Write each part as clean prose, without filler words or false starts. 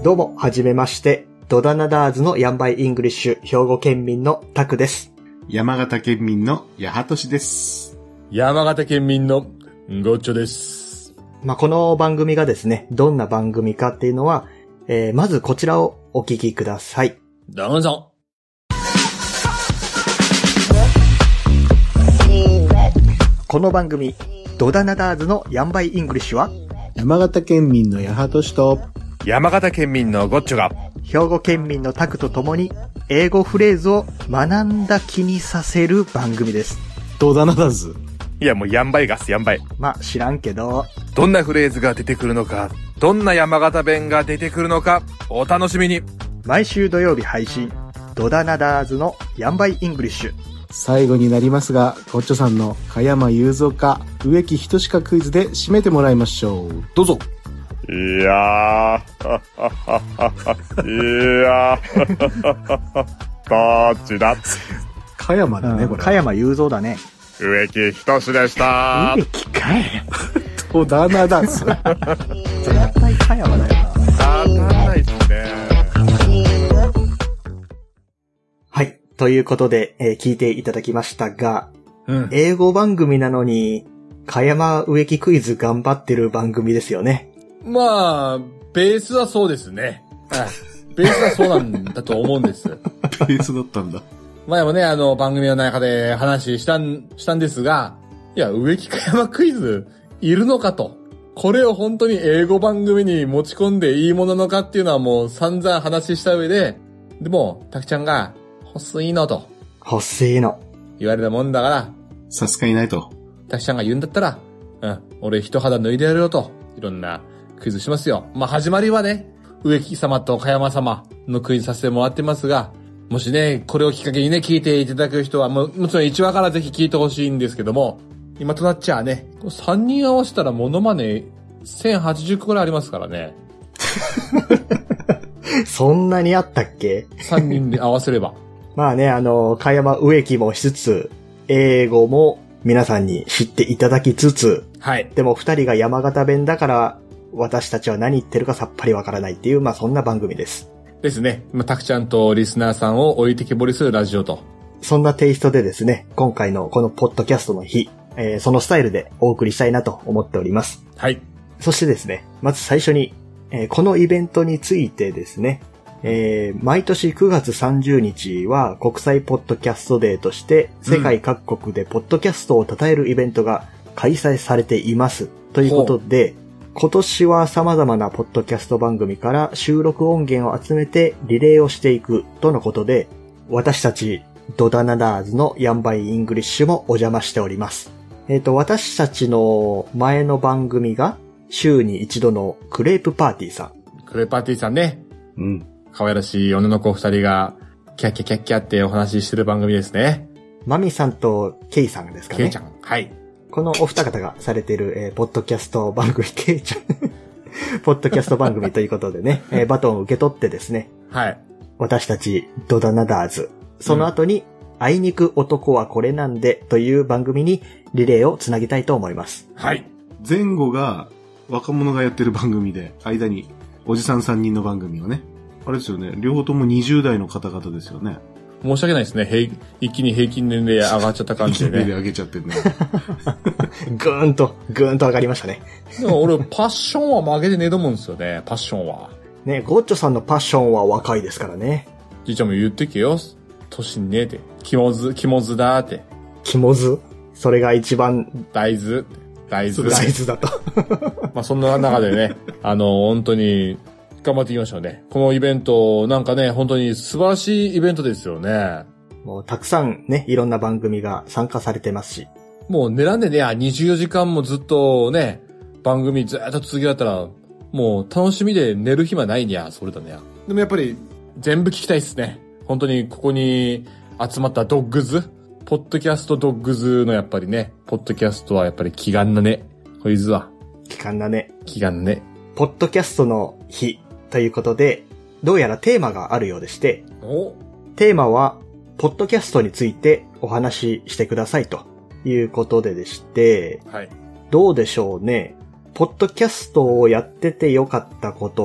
どうも、はじめまして。ドダナダーズのヤンバイイングリッシュ、兵庫県民のタクです。 山形県民の八幡氏です。 山形県民のゴッチョです。 この番組がですね、どんな番組かっていうのは、まずこちらをお聞きください。 どうぞ。 この番組、ドダナダーズのヤンバイイングリッシュは、 山形県民の八幡氏と山形県民のゴッチョが兵庫県民のタクと共に英語フレーズを学んだ気にさせる番組です。 ドダナダーズ。 いやもうヤンバイガスヤンバイ。 知らんけど。 どんなフレーズが出てくるのか、どんな山形弁が出てくるのか、お楽しみに。 毎週土曜日配信、ドダナダーズのヤンバイイングリッシュ。 最後になりますが、ゴッチョさんの加山雄三か植木仁かクイズで締めてもらいましょう。どうぞ。 いやーどっちだ。 加山だね、これ。 加山雄三だね。 植木仁でした。 植木かい。 ドダナダーズ。 絶対加山だよな。 当たんないっすね。 はい。ということで、聞いていただきましたが、英語番組なのに、加山植木クイズ頑張ってる番組ですよね。 ベースはそうですね。ベースはそうなんだと思うんです。 ベースだったんだ。 前もね、番組の中で話したんですが、いや、植木加山クイズいるのかと。これを本当に英語番組に持ち込んでいいものなのかっていうのはもう散々話した上で、でも、たくちゃんが、欲しいのと。 欲しいの。 言われたもんだから、 さすがにないと。 たくちゃんが言うんだったら、俺一肌脱いでやるよと。いろんなクイズしますよ。始まりはね、植木様と加山様のクイズさせてもらってますが、もしね、これをきっかけにね、聞いていただく人は、もちろん1話からぜひ聞いてほしいんですけども、今となっちゃね、3人合わせたらモノマネ1080個くらいありますからね。 そんなにあったっけ？ 3 人で合わせれば。 加山植木もしつつ、英語も皆さんに知っていただきつつ、 はい。 でも2人が山形弁だから、私たちは何言ってるかさっぱりわからないっていう、そんな番組です。 ですね。たくちゃんとリスナーさんを置いてけぼりするラジオと。 そんなテイストでですね、今回のこのポッドキャストの日、そのスタイルでお送りしたいなと思っております。 はい。 そしてですね、まず最初に、このイベントについてですね、毎年9月30日は国際ポッドキャストデーとして世界各国でポッドキャストを称えるイベントが開催されています。ということで、今年は様々なポッドキャスト番組から収録音源を集めてリレーをしていくとのことで、私たちドダナダーズのヤンバイイングリッシュもお邪魔しております。私たちの前の番組が週に一度のクレープパーティーさん。 クレープパーティーさんね。 うん。 可愛らしい女の子2人がキャッキャキャッキャってお話ししてる番組ですね。 マミさんとケイさんですかね。 ケイちゃん。はい。 このお二方がされている、ポッドキャスト番組、ケイちゃん。ポッドキャスト番組ということでね、バトンを受け取ってですね。 はい。 私たちドダナダーズ。その後に、あいにく男はこれなんでという番組にリレーをつなぎたいと思います。 はい。 前後が若者がやってる番組で、間におじさん3人の番組をね。あれですよね。両方とも20代の方々ですよね。 申し訳ないですね。一気に平均年齢上がっちゃった感じでね。 年齢上げちゃってるね。 ぐーんと上がりましたね。 でも俺、パッションは曲げてねえと思うんですよね。パッションは。 ね、ゴッチョさんのパッションは若いですからね。 じいちゃんも言ってけよ。年ねえって。気もずだって。 気もず？それが一番大豆だと。 そんな中でね、本当に頑張っていきましょうね。このイベント、なんかね、本当に素晴らしいイベントですよね。 もうたくさんね、いろんな番組が参加されてますし。 もう狙んでね、24時間もずっとね、番組ずっと続けられたら、もう楽しみで寝る暇ないにゃ、それだね。でもやっぱり全部聞きたいっすね。本当にここに集まったドッグズ、ポッドキャストドッグズのやっぱりね、ポッドキャストはやっぱり気がんなね。こいつは。 気がんなね。 気がんね。 ポッドキャストの日ということで、どうやらテーマがあるようでして、テーマは、ポッドキャストについてお話ししてくださいということででして、 はい。 どうでしょうね。ポッドキャストをやっててよかったこと、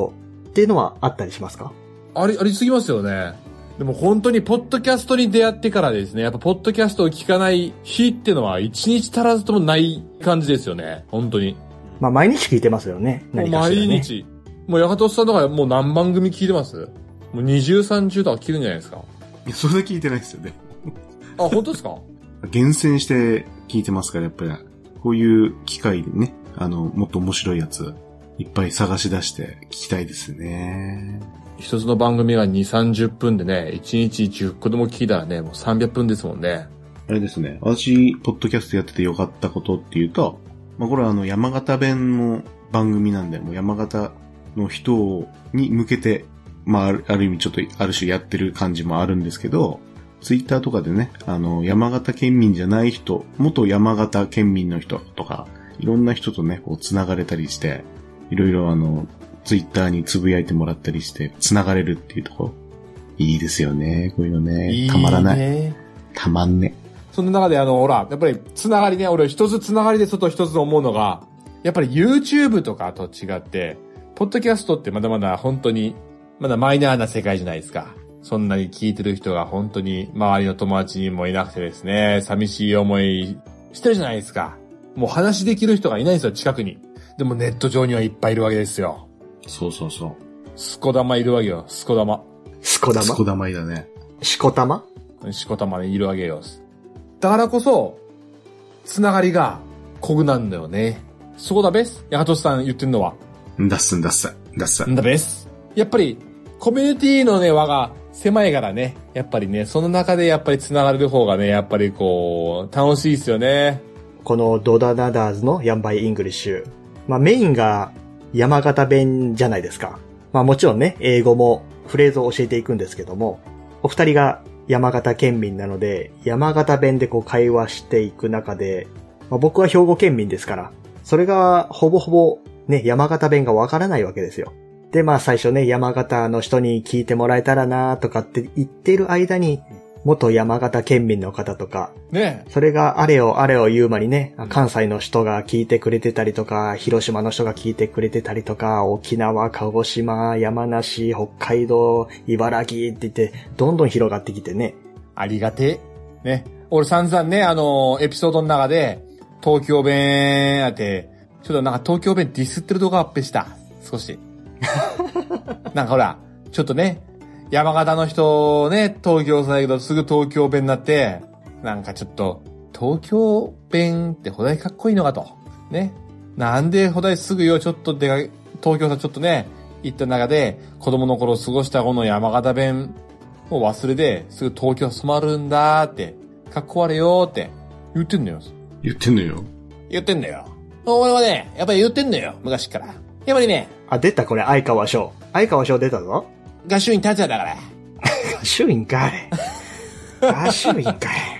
っていうのはあったりしますか？ ありすぎますよね。でも本当にポッドキャストに出会ってからですね、やっぱポッドキャストを聞かない日っていうのは一日足らずともない感じですよね。本当に。 まあ毎日聞いてますよね。何かしらね。 毎日。もうヤカトさんとかもう何番組聞いてます？もう20、30とか聞いてるんじゃないですか？ いや、それで聞いてないですよね。 あ、本当ですか？ 厳選して聞いてますから、やっぱり、こういう機会でね、もっと面白いやつ、いっぱい探し出して聞きたいですね。 一つの番組が2、30分でね、1日10個でも聞いたらね、もう300分ですもんね。 あれですね、私、ポッドキャストやっててよかったことっていうと、まあ、これは山形弁の番組なんで、もう山形の人に向けて、まあ、ある意味ちょっとある種やってる感じもあるんですけど、ツイッターとかでね、山形県民じゃない人、元山形県民の人とか、いろんな人とね、こう繋がれたりして、いろいろツイッターにつぶやいてもらったりして、繋がれるっていうところ。いいですよね、こういうのね。 いいね。 たまらない。たまんね。 その中でほら、やっぱり繋がりね、俺一つ繋がりでちょっと一つ思うのが、やっぱり YouTube とかと違って、ポッドキャストってまだまだ本当に、まだマイナーな世界じゃないですか。そんなに聞いてる人が本当に周りの友達にもいなくてですね、寂しい思いしてるじゃないですか。もう話できる人がいないんですよ、近くに。でもネット上にはいっぱいいるわけですよ。 そうそうそう。 スコ玉いるわけよ、スコ玉。 スコ玉？ スコ玉いだね。 シコ玉？ シコ玉にいるわけよ。だからこそ、つながりが濃くなんだよね。そうだべす。ヤカトシさん言ってんのは。 んだっす。んだべす。やっぱり、コミュニティのね、輪が狭いからね。やっぱりね、その中でやっぱりつながれる方がね、やっぱりこう、楽しいですよね。 このドダナダーズのヤンバイイングリッシュ。まあメインが山形弁じゃないですか。まあもちろんね、英語もフレーズを教えていくんですけども、お二人が山形県民なので、山形弁でこう会話していく中で、まあ、僕は兵庫県民ですから、それがほぼほぼね、山形弁がわからないわけですよ。で、まあ最初ね、山形の人に聞いてもらえたらなとかって言ってる間に、元山形県民の方とか、 ね、 それがあれよ言う間にね、関西の人が聞いてくれてたりとか、広島の人が聞いてくれてたりとか、沖縄、鹿児島、山梨、北海道、茨城って言って、どんどん広がってきてね。 ありがてえ。ね。俺散々ね、エピソードの中で、東京弁やって、ちょっとなんか東京弁ディスってる動画アップした。少し。なんかほら、ちょっとね、山形の人ね、東京さだけどすぐ東京弁になって、なんかちょっと、東京弁ってほだいかっこいいのかと。ね。なんでほだいすぐよ、ちょっと東京さちょっとね、行った中で、子供の頃過ごしたこの山形弁を忘れて、すぐ東京染まるんだって、かっこ悪いよって言ってんのよ。 言ってんのよ。 俺はね、やっぱり言ってんのよ、昔から。やっぱりね。 あ、出たこれ、相川翔出たぞ。 合衆院達也だから。 合衆院かい。合衆院かい。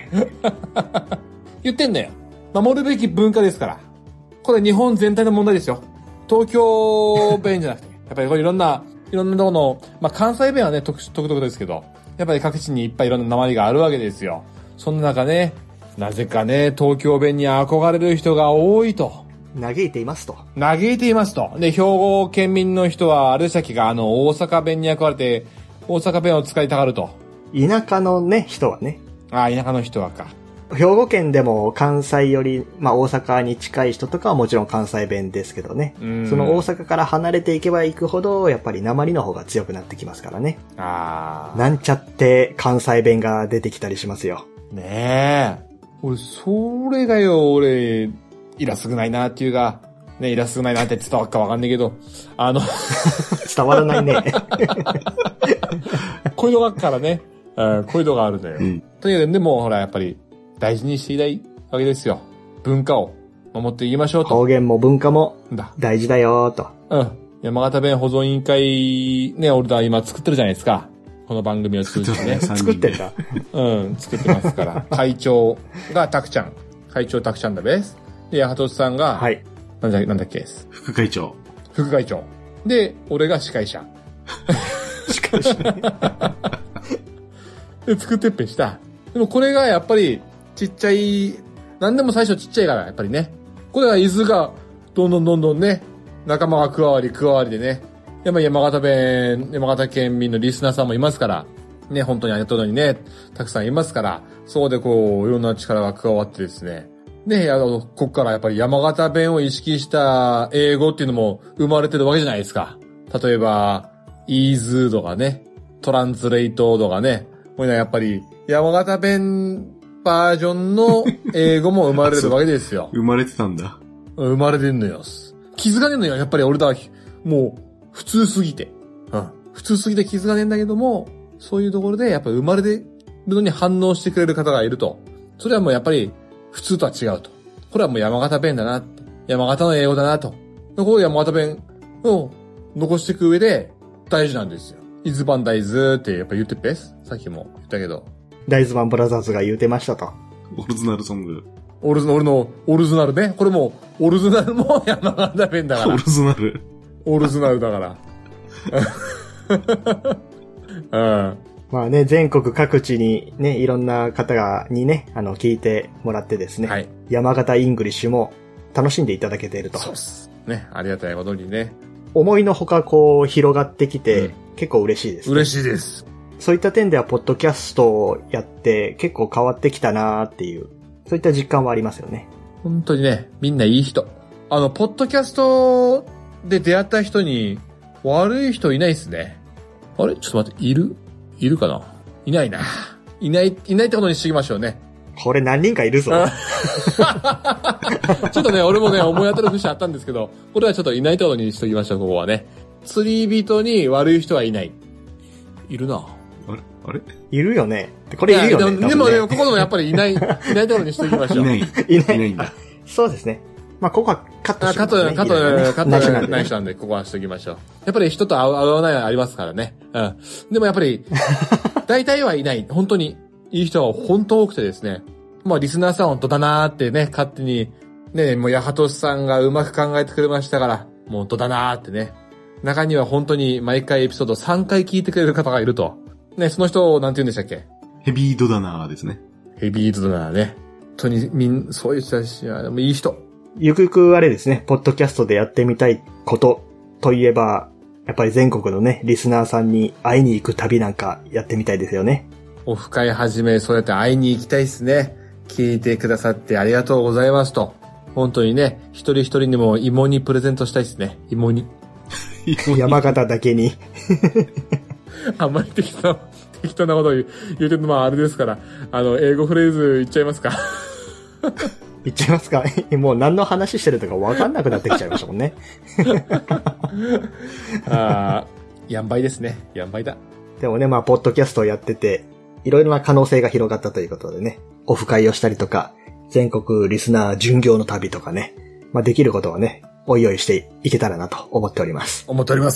言ってんだよ。守るべき文化ですから。これ日本全体の問題ですよ。東京弁じゃなくて。やっぱりこれいろんなところの、まあ、関西弁はね、独特ですけど、やっぱり各地にいっぱいいろんな訛りがあるわけですよ。その中ね、なぜかね、東京弁に憧れる人が多いと。 嘆いていますと。 で、兵庫県民の人は、ある先が大阪弁に憧れて、大阪弁を使いたがると。 田舎のね、人はね。 ああ、田舎の人はか。 兵庫県でも関西より、まあ大阪に近い人とかはもちろん関西弁ですけどね。その大阪から離れていけばいくほど、やっぱり訛りの方が強くなってきますからね。 ああ。 なんちゃって関西弁が出てきたりしますよ。 ねえ。それがよ、イラすぐないなっていうか、ね、イラすぐないなって伝わるかわかんないけど、 伝わらないね。 こういうのがあるからね。こういうのがあるんだよ。とにかく、でも、ほら、やっぱり、大事にしていないわけですよ。文化を守っていきましょうと。 方言も文化も大事だよと。 山形弁保存委員会、ね、俺ら今作ってるじゃないですか。この番組を通じてね。 作ってんだ。 作ってますから。会長がたくちゃん。会長たくちゃんだべす。で、八幡さんが、 はい。 なんだっけ副会長。 で、俺が司会者。 司会者。 で、作ってっぺした。でもこれがやっぱり、ちっちゃい、なんでも最初ちっちゃいから、やっぱりね。これが伊豆が、どんどんね、仲間が加わりでね、 やっぱり山形県民のリスナーさんもいますから、ね、本当にありがとうのにね、たくさんいますから、そこでこう、いろんな力が加わってですね、ね、こっからやっぱり山形弁を意識した英語っていうのも生まれてるわけじゃないですか。例えば、イーズとかね、トランスレイトとかね、こういうのはやっぱり山形弁バージョンの英語も生まれるわけですよ。 生まれてたんだ。 生まれてんのよ。気づかねえのよ。やっぱり俺だ、もう、普通すぎて。普通すぎて気づかねえんだけども、そういうところでやっぱり生まれてるのに反応してくれる方がいると。それはもうやっぱり普通とは違うと。これはもう山形弁だなって。山形の英語だなと。こういう山形弁を残していく上で大事なんですよ。イズバンダイズってやっぱ言ってっぺす。さっきも言ったけど。 ダイズマンブラザーズが言うてましたと。 オリジナルソング。 俺のオリジナルね。これもオリジナルも山形弁だから。 オリジナル。 オリジナルだから。うん。 まあね、全国各地にね、いろんな方にね、聞いてもらってですね。はい。山形イングリッシュも楽しんでいただけていると。 そうっす。ね、ありがたいことにね。 思いのほかこう広がってきて、結構嬉しいです、ね。 嬉しいです。 そういった点では、ポッドキャストをやって結構変わってきたなーっていう、そういった実感はありますよね。 本当にね、みんないい人。ポッドキャストで出会った人に悪い人いないっすね。あれちょっと待って、いるかないないな。いないってことにしておきましょうね。 これ何人かいるぞ。 ちょっとね、俺もね、思い当たる節あったんですけど、これはちょっといないってことにしておきましょう、ここはね。釣り人に悪い人はいない。いるな。 あれいるよね。これいるよね。 でもね、ここでもやっぱりいないってことにしておきましょう。 いないんだ。 そうですね。まあ、ここはカットしてますね。 カットない人なんで、ここはしておきましょう。やっぱり人と合わないありますからね。うん。でもやっぱり、大体はいない。本当に、いい人は本当多くてですね。まあ、リスナーさん本当だなーってね、勝手に、ね、もうヤハトシさんがうまく考えてくれましたから、もう本当だなーってね。中には本当に毎回エピソード3回聞いてくれる方がいると。ね、その人をなんて言うんでしたっけ？ ヘビードダナーですね。 ヘビードダナーね。本当にそういう人たちは、でもいい人。 ゆくゆくあれですね、ポッドキャストでやってみたいことといえば、やっぱり全国のね、リスナーさんに会いに行く旅なんかやってみたいですよね。 オフ会はじめ、そうやって会いに行きたいですね。聞いてくださってありがとうございますと。本当にね、一人一人にも芋にプレゼントしたいですね。芋に。 山形だけに。 あんまり適当なことを言うてるのはあれですから、英語フレーズ言っちゃいますか。 言っちゃいますか。もう何の話してるとか分かんなくなってきちゃいましたもんね。 やんばいですね。やんばいだ。 でもね、まあ、ポッドキャストをやってて、いろいろな可能性が広がったということでね、オフ会をしたりとか、全国リスナー巡業の旅とかね、まあ、できることはね、おいおいしていけたらなと思っております。 思っております。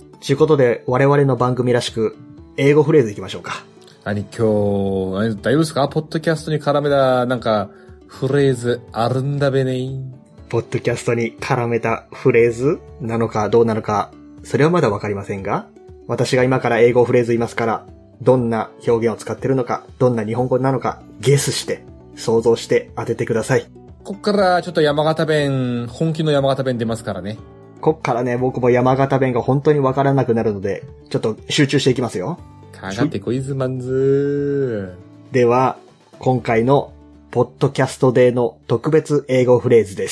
ということで、我々の番組らしく、英語フレーズいきましょうか。 今日、大丈夫ですか？ポッドキャストに絡めた、なんか、フレーズあるんだべね。 ポッドキャストに絡めたフレーズなのかどうなのか、それはまだわかりませんが、私が今から英語フレーズ言いますから、どんな表現を使ってるのか、どんな日本語なのか、ゲスして、想像して当ててください。 こっからちょっと山形弁、本気の山形弁出ますからね。 こっからね、僕も山形弁が本当にわからなくなるので、ちょっと集中していきますよ。 かかってこいずまんずー。では、今回のポッドキャストデーの特別英語フレーズです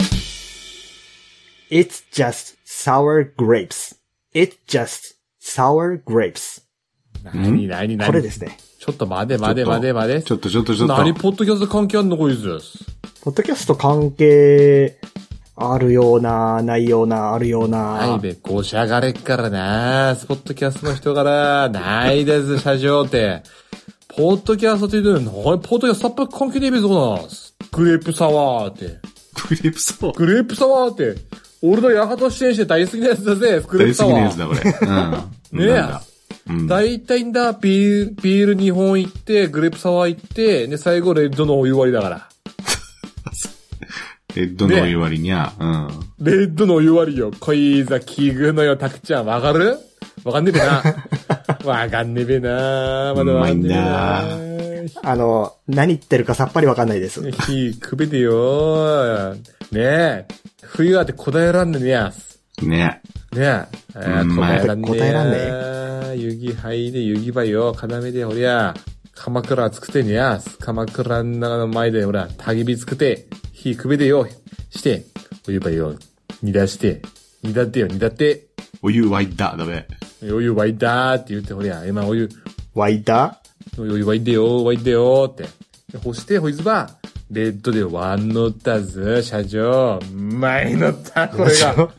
。It's just sour grapes. It's just sour grapes. 何これですね。 ちょっと待て。ちょっと。何ポッドキャスト関係あんのこいつ。 ポッドキャスト関係あるような、ないような、あるような。 ないべ、ごしゃがれっからな、ポッドキャストの人から、ないです、社長って。ポッドキャストって言うのに、ポッドキャストさっぱり関係ねえべぞな。グレープサワーって。 グレープサワーって。俺のヤハト支援して大好きなやつだぜ、グレープサワー。 大好きなやつだ、これ。うん。 ねえ。大体んだ、ビール2本行って、グレープサワー行って、で、最後レッドのお湯割りだから。 レッドのお湯割りにゃ、 レッドのお湯割りよ。こいざ聞くのよ、たくちゃん。わかる？わかんねえべな。わかんねえべな。まだわかんねえな。何言ってるかさっぱりわかんないです。 くべてよ。ねえ。冬はって答えらんねえや。 ね。 ねえ。 うん、 答えらんねえ。 答えらんねえ。 湯気灰で湯気灰よ。要で、俺や。鎌倉作ってんや。鎌倉の中の前で、俺は、焚き火作って、火くべでよ。して、お湯灰よ。煮出して、煮立ってよ、煮立って。 お湯沸いた、だべ。 お湯沸いたーって言って、俺や。今お湯。 沸いた？ お湯沸いてよ、沸いてよって。干して、ほいつば、レッドでワン乗ったぞ、社長。前乗った、これが。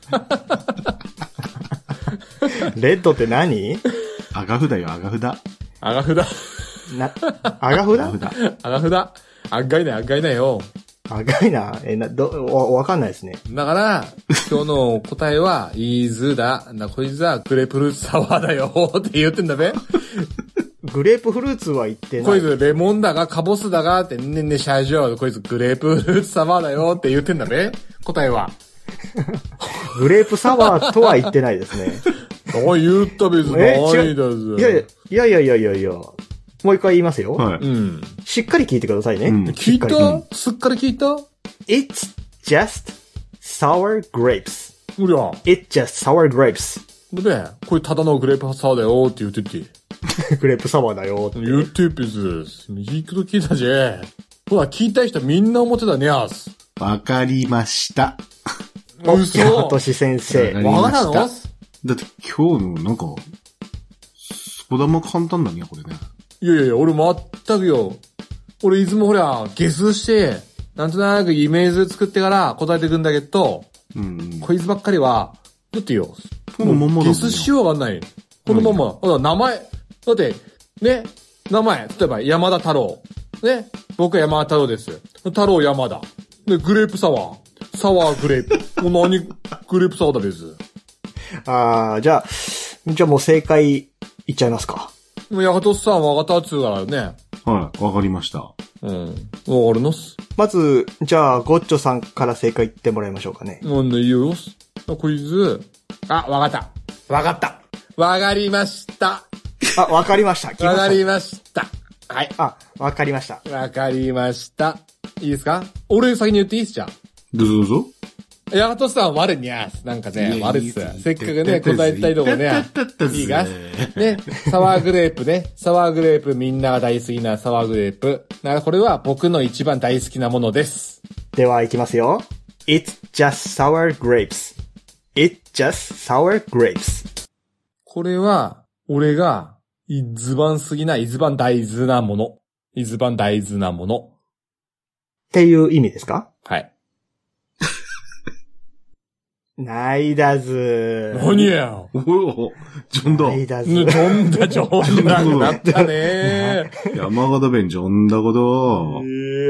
レッドって何？ 赤札よ、赤札。 赤札。 赤札？ 赤札。赤いな、赤いなよ。 赤いな。わかんないですね。 だから、今日の答えは、イーズだ。こいつはグレープフルーツサワーだよって言ってんだべ。 グレープフルーツは言ってない。 こいつレモンだが、カボスだがって、ね、社長。こいつグレープフルーツサワーだよって言ってんだべ。答えは。 グレープサワーとは言ってないですね。 言ったべず、ないだぜ。 いや。もう一回言いますよ。 はい。 うん。 しっかり聞いてくださいね。 聞いた？すっかり聞いた？ It's just sour grapes. うりゃ。 It's just sour grapes. で、これただのグレープサワーだよって言ってて。 グレープサワーだよって。 言ってべず。いくと聞いたぜ。ほら、聞いた人みんな思ってたねやす。 わかりました。 嘘。 ヤトシ先生。 わかったの？ だって今日のなんか、そだま簡単だね、これね。 いや、俺全くよ。俺いつもほら、ゲスして、なんとなくイメージ作ってから答えてくんだけど、こいつばっかりは、だってよ、 このまんまだもんね。 ゲスしようがない。このまま。名前、だって、ね、名前、例えば山田太郎。ね、僕は山田太郎です。太郎山田。で、グレープサワー。サワーグレープ。もう何、グレープサワーだべす。 じゃあもう正解いっちゃいますか。 もうヤハトスさんわかったっつうからね。 はい、わかりました。 わかるのっす。 まず、じゃあ、ゴッチョさんから正解言ってもらいましょうかね。 もうね、いいよ。クイズ。わかった。わかりました。 わかりました。 わかりました。はい。 わかりました。 わかりました。いいですか？俺先に言っていいっすじゃん。 どうぞ。 ヤマトさん悪にゃーす。なんかね、悪っす。せっかくね、答えたいとこね。いいか？ね、サワーグレープね。サワーグレープみんなが大好きなサワーグレープ。だからこれは僕の一番大好きなものです。 では行きますよ。It's just sour grapes. It's just sour grapes. これは、俺が、一番好きな、一番大事なもの。一番大事なもの。 っていう意味ですか？ はい。 ないだず。 何やおお、ジョンだ。 ないだず。 ジョンだなったね山形弁ジョンだこと。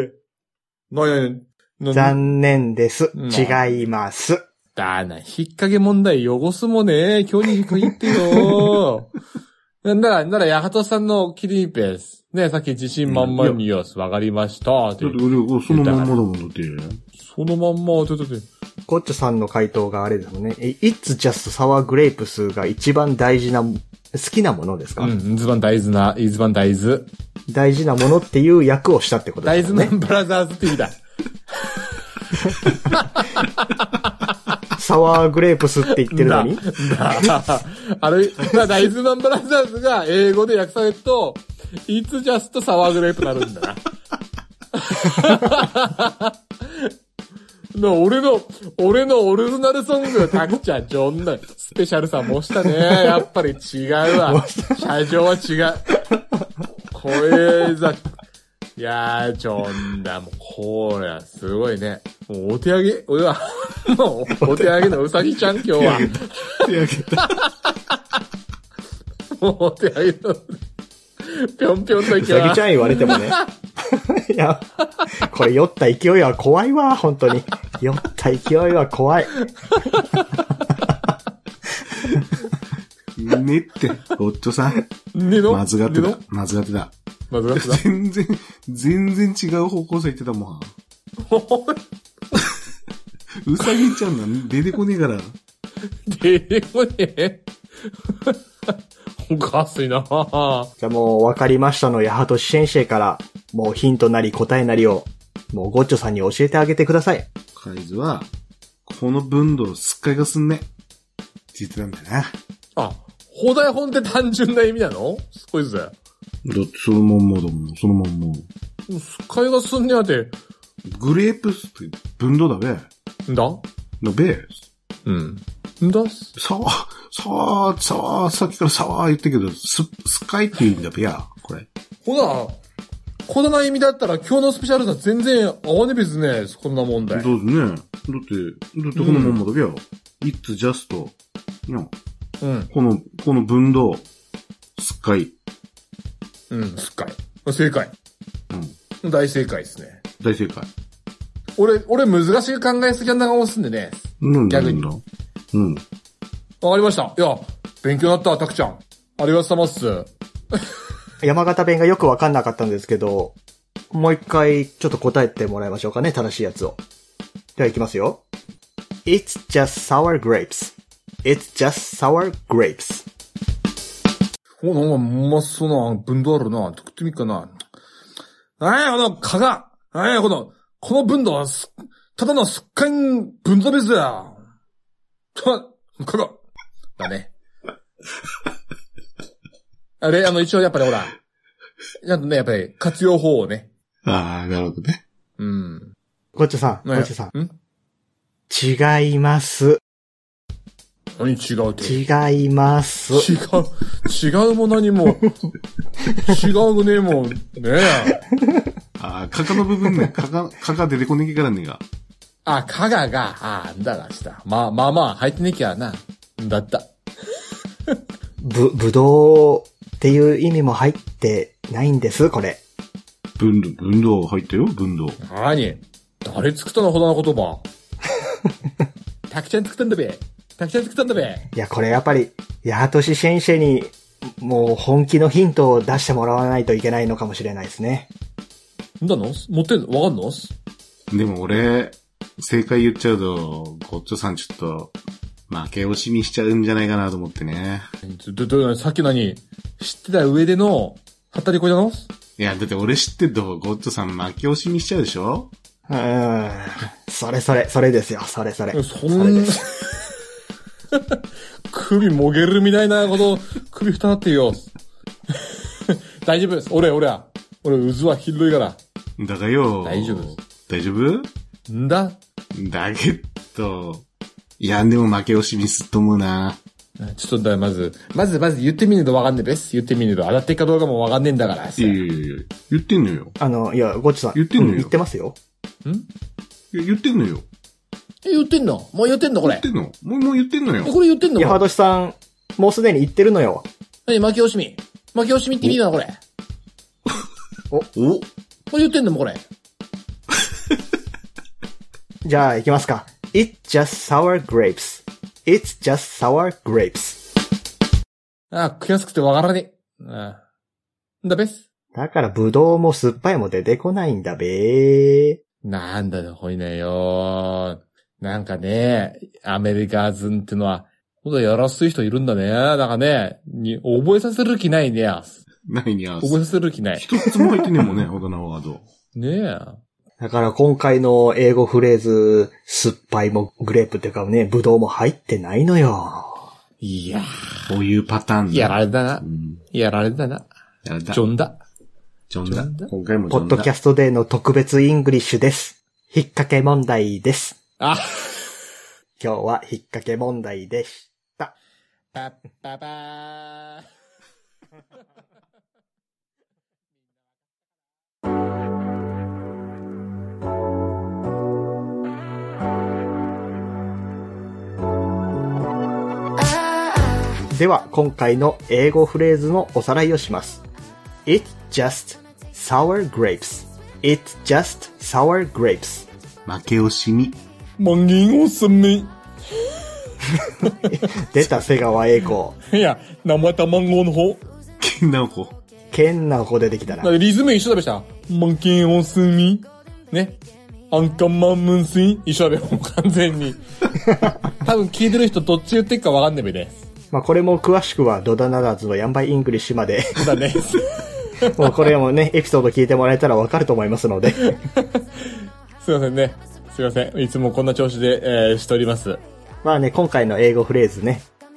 残念です。違います。 だな、引っ掛け問題汚すもね。今日に限ってよ。なら、ヤハトさんのキリペース。ね、さっき自信満々によ、わかりました。 だって俺、そのまんまだもんだって。 そのまんま、だって。 ゴッチョさんの回答があれですもんね。It's just sour grapes が一番大事な、好きなものですか？ 一番大事な、一番大事。 大事なものっていう役をしたってことですね。 大豆マンブラザーズって意味だ。 サワーグレープスって言ってるのに大豆マンブラザーズが英語で訳されると、It's just sour grape なるんだな。俺のオリジナルソング、タクちゃん、ジョンだ。スペシャルさもしたね。やっぱり違うわ。社長は違う。これざ、いやー、ジョンだ。もう、これはすごいね。もう、お手上げ、俺は、もう、お手上げのうさぎちゃん、今日は。 手上げた。 もう、お手上げの、ぴょんぴょんと今日は。 うさぎちゃん言われてもね。いや、これ酔った勢いは怖いわ、本当に。酔った勢いは怖い。 ねって、おっちょさん。まずがってた。全然違う方向性言ってたもん。うさぎちゃんなん出てこねえから。 出てこねえおかしいな。 じゃあもう分かりましたのヤハトシ先生から、もうヒントなり答えなりを、もうゴッチョさんに教えてあげてください。 カイズは、この分度すっかりがすんね。 実なんだな。 あ、放題本って単純な意味なの？すごいぜ。だってそのまんまだもん、そのまんま。 使いがすんねやて。 グレープスって分度だべ。 んだ？ だべ。 うん。んだ？ さっきからさわ言ってるけど、スカイって言うんだべや、これ。 ほな、こんな意味だったら今日のスペシャルとは全然合わねべすね、こんな問題。 そうですね。だってこのまんまだべや。It's just, うん。 この分度、スカイ。 うん、スカイ。正解。うん。大正解ですね。 大正解。 俺難しく考えすぎながらすんでね。逆に。 うん。 わかりました。いや、勉強になった、たくちゃん。ありがとうございます。 山形弁がよくわかんなかったんですけど、もう一回ちょっと答えてもらいましょうかね、正しいやつを。では行きますよ。It's just sour grapes. It's just sour grapes. なんかうまそうな分度あるな。作ってみっかな。この蚊が。この分度はただのすっかり分度ですだよ。蚊が。だね。あれ、一応やっぱりほら、ちゃんとね、やっぱり活用法をね。 ああ、なるほどね。 うん。 ごっちょさん。違います。 何違うって。 違います。 違うも何も。違うねもん。ねえ。 ああ、カカの部分ね。カカ出てこねきからねが。 あ、カガが、だがした。まあ、入ってねきゃな。だった。 ぶどうっていう意味も入ってないんです、これ。 分度入ったよ、分度。 何？誰作ったのほどの言葉。たくちゃん作ったんだべ。 いや、これやっぱり、ヤトシ先生に、もう本気のヒントを出してもらわないといけないのかもしれないですね。 んだの？持ってんの？わかんの？ でも俺、正解言っちゃうと、ゴッチョさんちょっと、負け惜しみしちゃうんじゃないかなと思ってね。 さっき何？知ってた上での、はったりこじゃの？ いや、だって俺知ってると、ゴッチョさん負け惜しみしちゃうでしょ？ それですよ、それ。それです。 首もげるみたいなこと、首蓋ってよ。大丈夫です。俺、渦は広いから。 だがよ。 大丈夫です。 大丈夫？ んだけど、いや、でも負け惜しみすっと思うな。 ちょっとまず言ってみねえとわかんねえべす。言ってみねえと。当たってっかどうかもわかんねえんだからさ。 いや、言ってんのよ。 いや、ゴッチさん。 言ってんのよ。 言ってますよ。 言ってんのよ。 言ってんの？もう言ってんのこれ。 言ってんの？もう言ってんのよ。 これ言ってんの？ ヤハトシさん、もうすでに言ってるのよ。 負け惜しみって意味なのこれ。 もう言ってんのもこれ。 じゃあ行きますか。It's just sour grapes. It's just sour grapes. 悔しくてわからねえ。だべす。 だからブドウも酸っぱいも出てこないんだべー。 なんだよ、ほいねよ。なんかね、アメリカ人ってのは、ほんとやらすい人いるんだね。なんかね、覚えさせる気ないねや。 ないにゃ。 覚えさせる気ない。 一つも入ってねえもんね、ほどなワード。 ねえ。 だから今回の英語フレーズ、酸っぱいもグレープっていうかね、ブドウも入ってないのよ。 いやー。こういうパターンやられたな。やられたな。ジョンだ。 今回もジョンだ。 ポッドキャストデーの特別イングリッシュです。引っ掛け問題です。今日は引っ掛け問題でした。 パッパパー。 では、今回の英語フレーズのおさらいをします。It's just sour grapes. It's just sour grapes. 負け惜しみ。 万銀おすみ。 出た瀬川栄子。 いや、生卵の方。 ケンナオコ出てきたな。 リズム一緒だべした。万銀おすみ。ね。アンカンマンムンスイ一緒だべ、もう完全に。多分聞いてる人どっち言ってっかわかんねえべね。 まあこれも詳しくはドダナダーズのヤンバイイングリッシュまで。 だね。 もうこれもね、エピソード聞いてもらえたらわかると思いますので。 すいませんね。すいません。いつもこんな調子で、しております。 まあね、今回の英語フレーズね、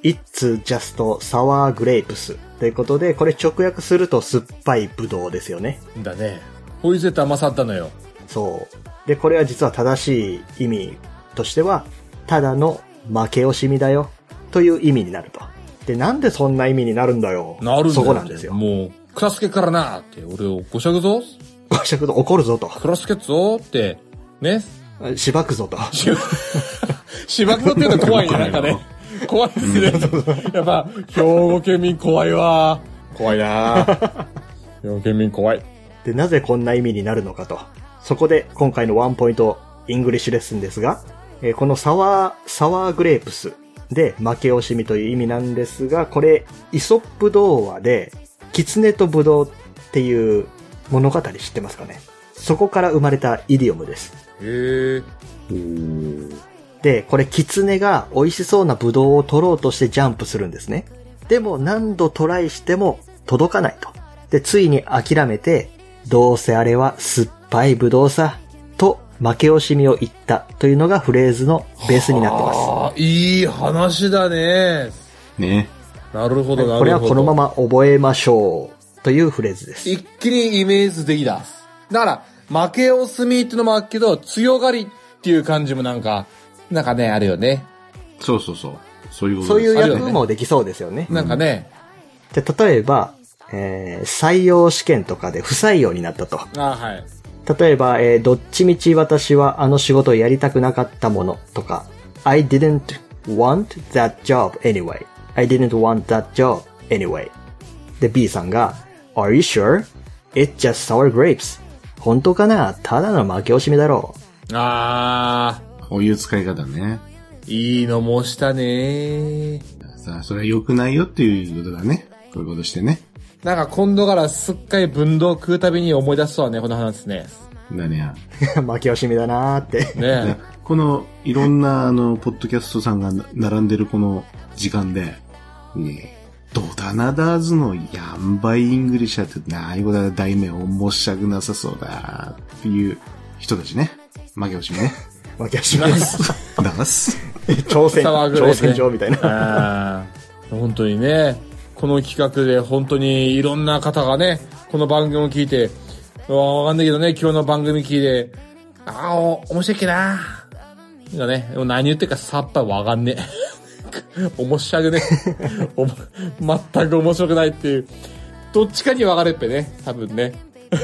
It's just sour grapes ということで、これ直訳すると酸っぱいブドウですよね。 だね。こういう絶対甘さあったのよ。 そう。で、これは実は正しい意味としては、ただの負け惜しみだよという意味になると。で、なんでそんな意味になるんだよ。 なるんだよ。 そこなんですよ。 もう、クラスケからなって、俺をごしゃくぞ。 ごしゃくぞ、怒るぞと。 クラスケっぞって、ね。 しばくぞと。 しばくぞっていうのは怖いね、なんかね。怖いですね。やっぱ、兵庫県民怖いわ。怖いな兵庫県民怖い。 で、なぜこんな意味になるのかと。そこで、今回のワンポイントイングリッシュレッスンですが、このサワーグレープスで負け惜しみという意味なんですが、これ、イソップ童話で、狐とブドウっていう物語知ってますかね？そこから生まれたイディオムです。 へー。で、これ狐が美味しそうなブドウを取ろうとしてジャンプするんですね。でも何度トライしても届かないと。で、ついに諦めて、どうせあれは酸っぱいブドウさ、と負け惜しみを言ったというのがフレーズのベースになってます。 ああ、いい話だね。 ね。 なるほど、なるほど。 これはこのまま覚えましょうというフレーズです。 一気にイメージできた。だから、負け惜しみっていうのもあるけど、強がりっていう感じもなんかね、あるよね。 そうそうそう。そういうことそういう役もできそうですよね。 なんかね。 で、例えば、採用試験とかで不採用になったと。 はい。 例えば、どっちみち私はあの仕事をやりたくなかったものとか、I didn't want that job anyway.I didn't want that job anyway. で、B さんが、Are you sure? It's just sour grapes. 本当かな？ただの負け惜しみだろう。 こういう使い方ね。 いいのもしたね。 さあ、それは良くないよっていうことだね。こういうことしてね。 なんか今度からすっかり分動食うたびに思い出すわね、この話ですね。 だね。 負け惜しみだなーって。 ねこの、いろんな、ポッドキャストさんが並んでるこの時間で、ドダナダーズのヤンバイイングリッシャーってなあいうことは題名を申したくなさそうだっていう人たちね。負け惜しみね。 負け惜しみです。 だす。 挑戦状みたいな。 本当にね、この企画で本当にいろんな方がね、この番組を聞いて、わかんないけどね、今日の番組聞いて、面白いっけな今ね、何言ってるかさっぱりわかんねえ。面白くね。全く面白くないっていう。どっちかに分かれっぺね、多分ね。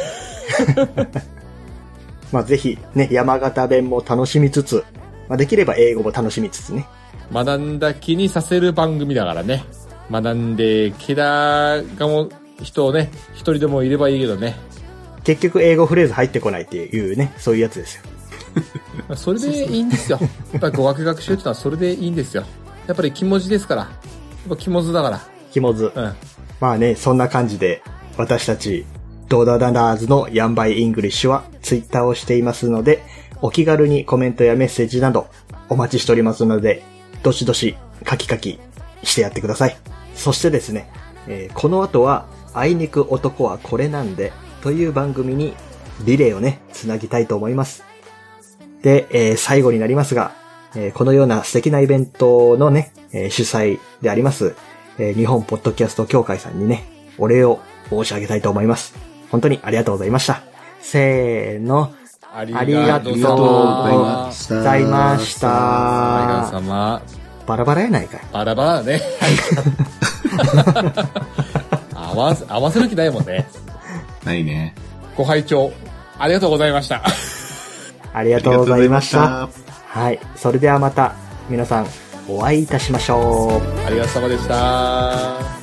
まあぜひね、山形弁も楽しみつつ、まあできれば英語も楽しみつつね。 学んだ気にさせる番組だからね。学んで気だがも人をね、一人でもいればいいけどね。 結局英語フレーズ入ってこないっていうね、そういうやつですよ。 それでいいんですよ。やっぱり語学学習ってのはそれでいいんですよ。やっぱり気文字ですから。やっぱ気文字だから。 気文字。 うん。 まあね、そんな感じで、私たち、ドダダダーズのヤンバイイングリッシュはツイッターをしていますので、お気軽にコメントやメッセージなどお待ちしておりますので、どしどし書きしてやってください。そしてですね、この後は、あいにく男はこれなんで、という番組にリレーをね、つなぎたいと思います。で、最後になりますが、このような素敵なイベントのね、主催であります、日本ポッドキャスト協会さんにね、お礼を申し上げたいと思います。本当にありがとうございました。せーの。ありがとうございました。 皆様。 バラバラやないかい。 バラバラだね。合わせる気ないもんね。 ないね。 ご拝聴ありがとうございました。 ありがとうございました。はい。それではまた皆さんお会いいたしましょう。 ありがとうさまでした。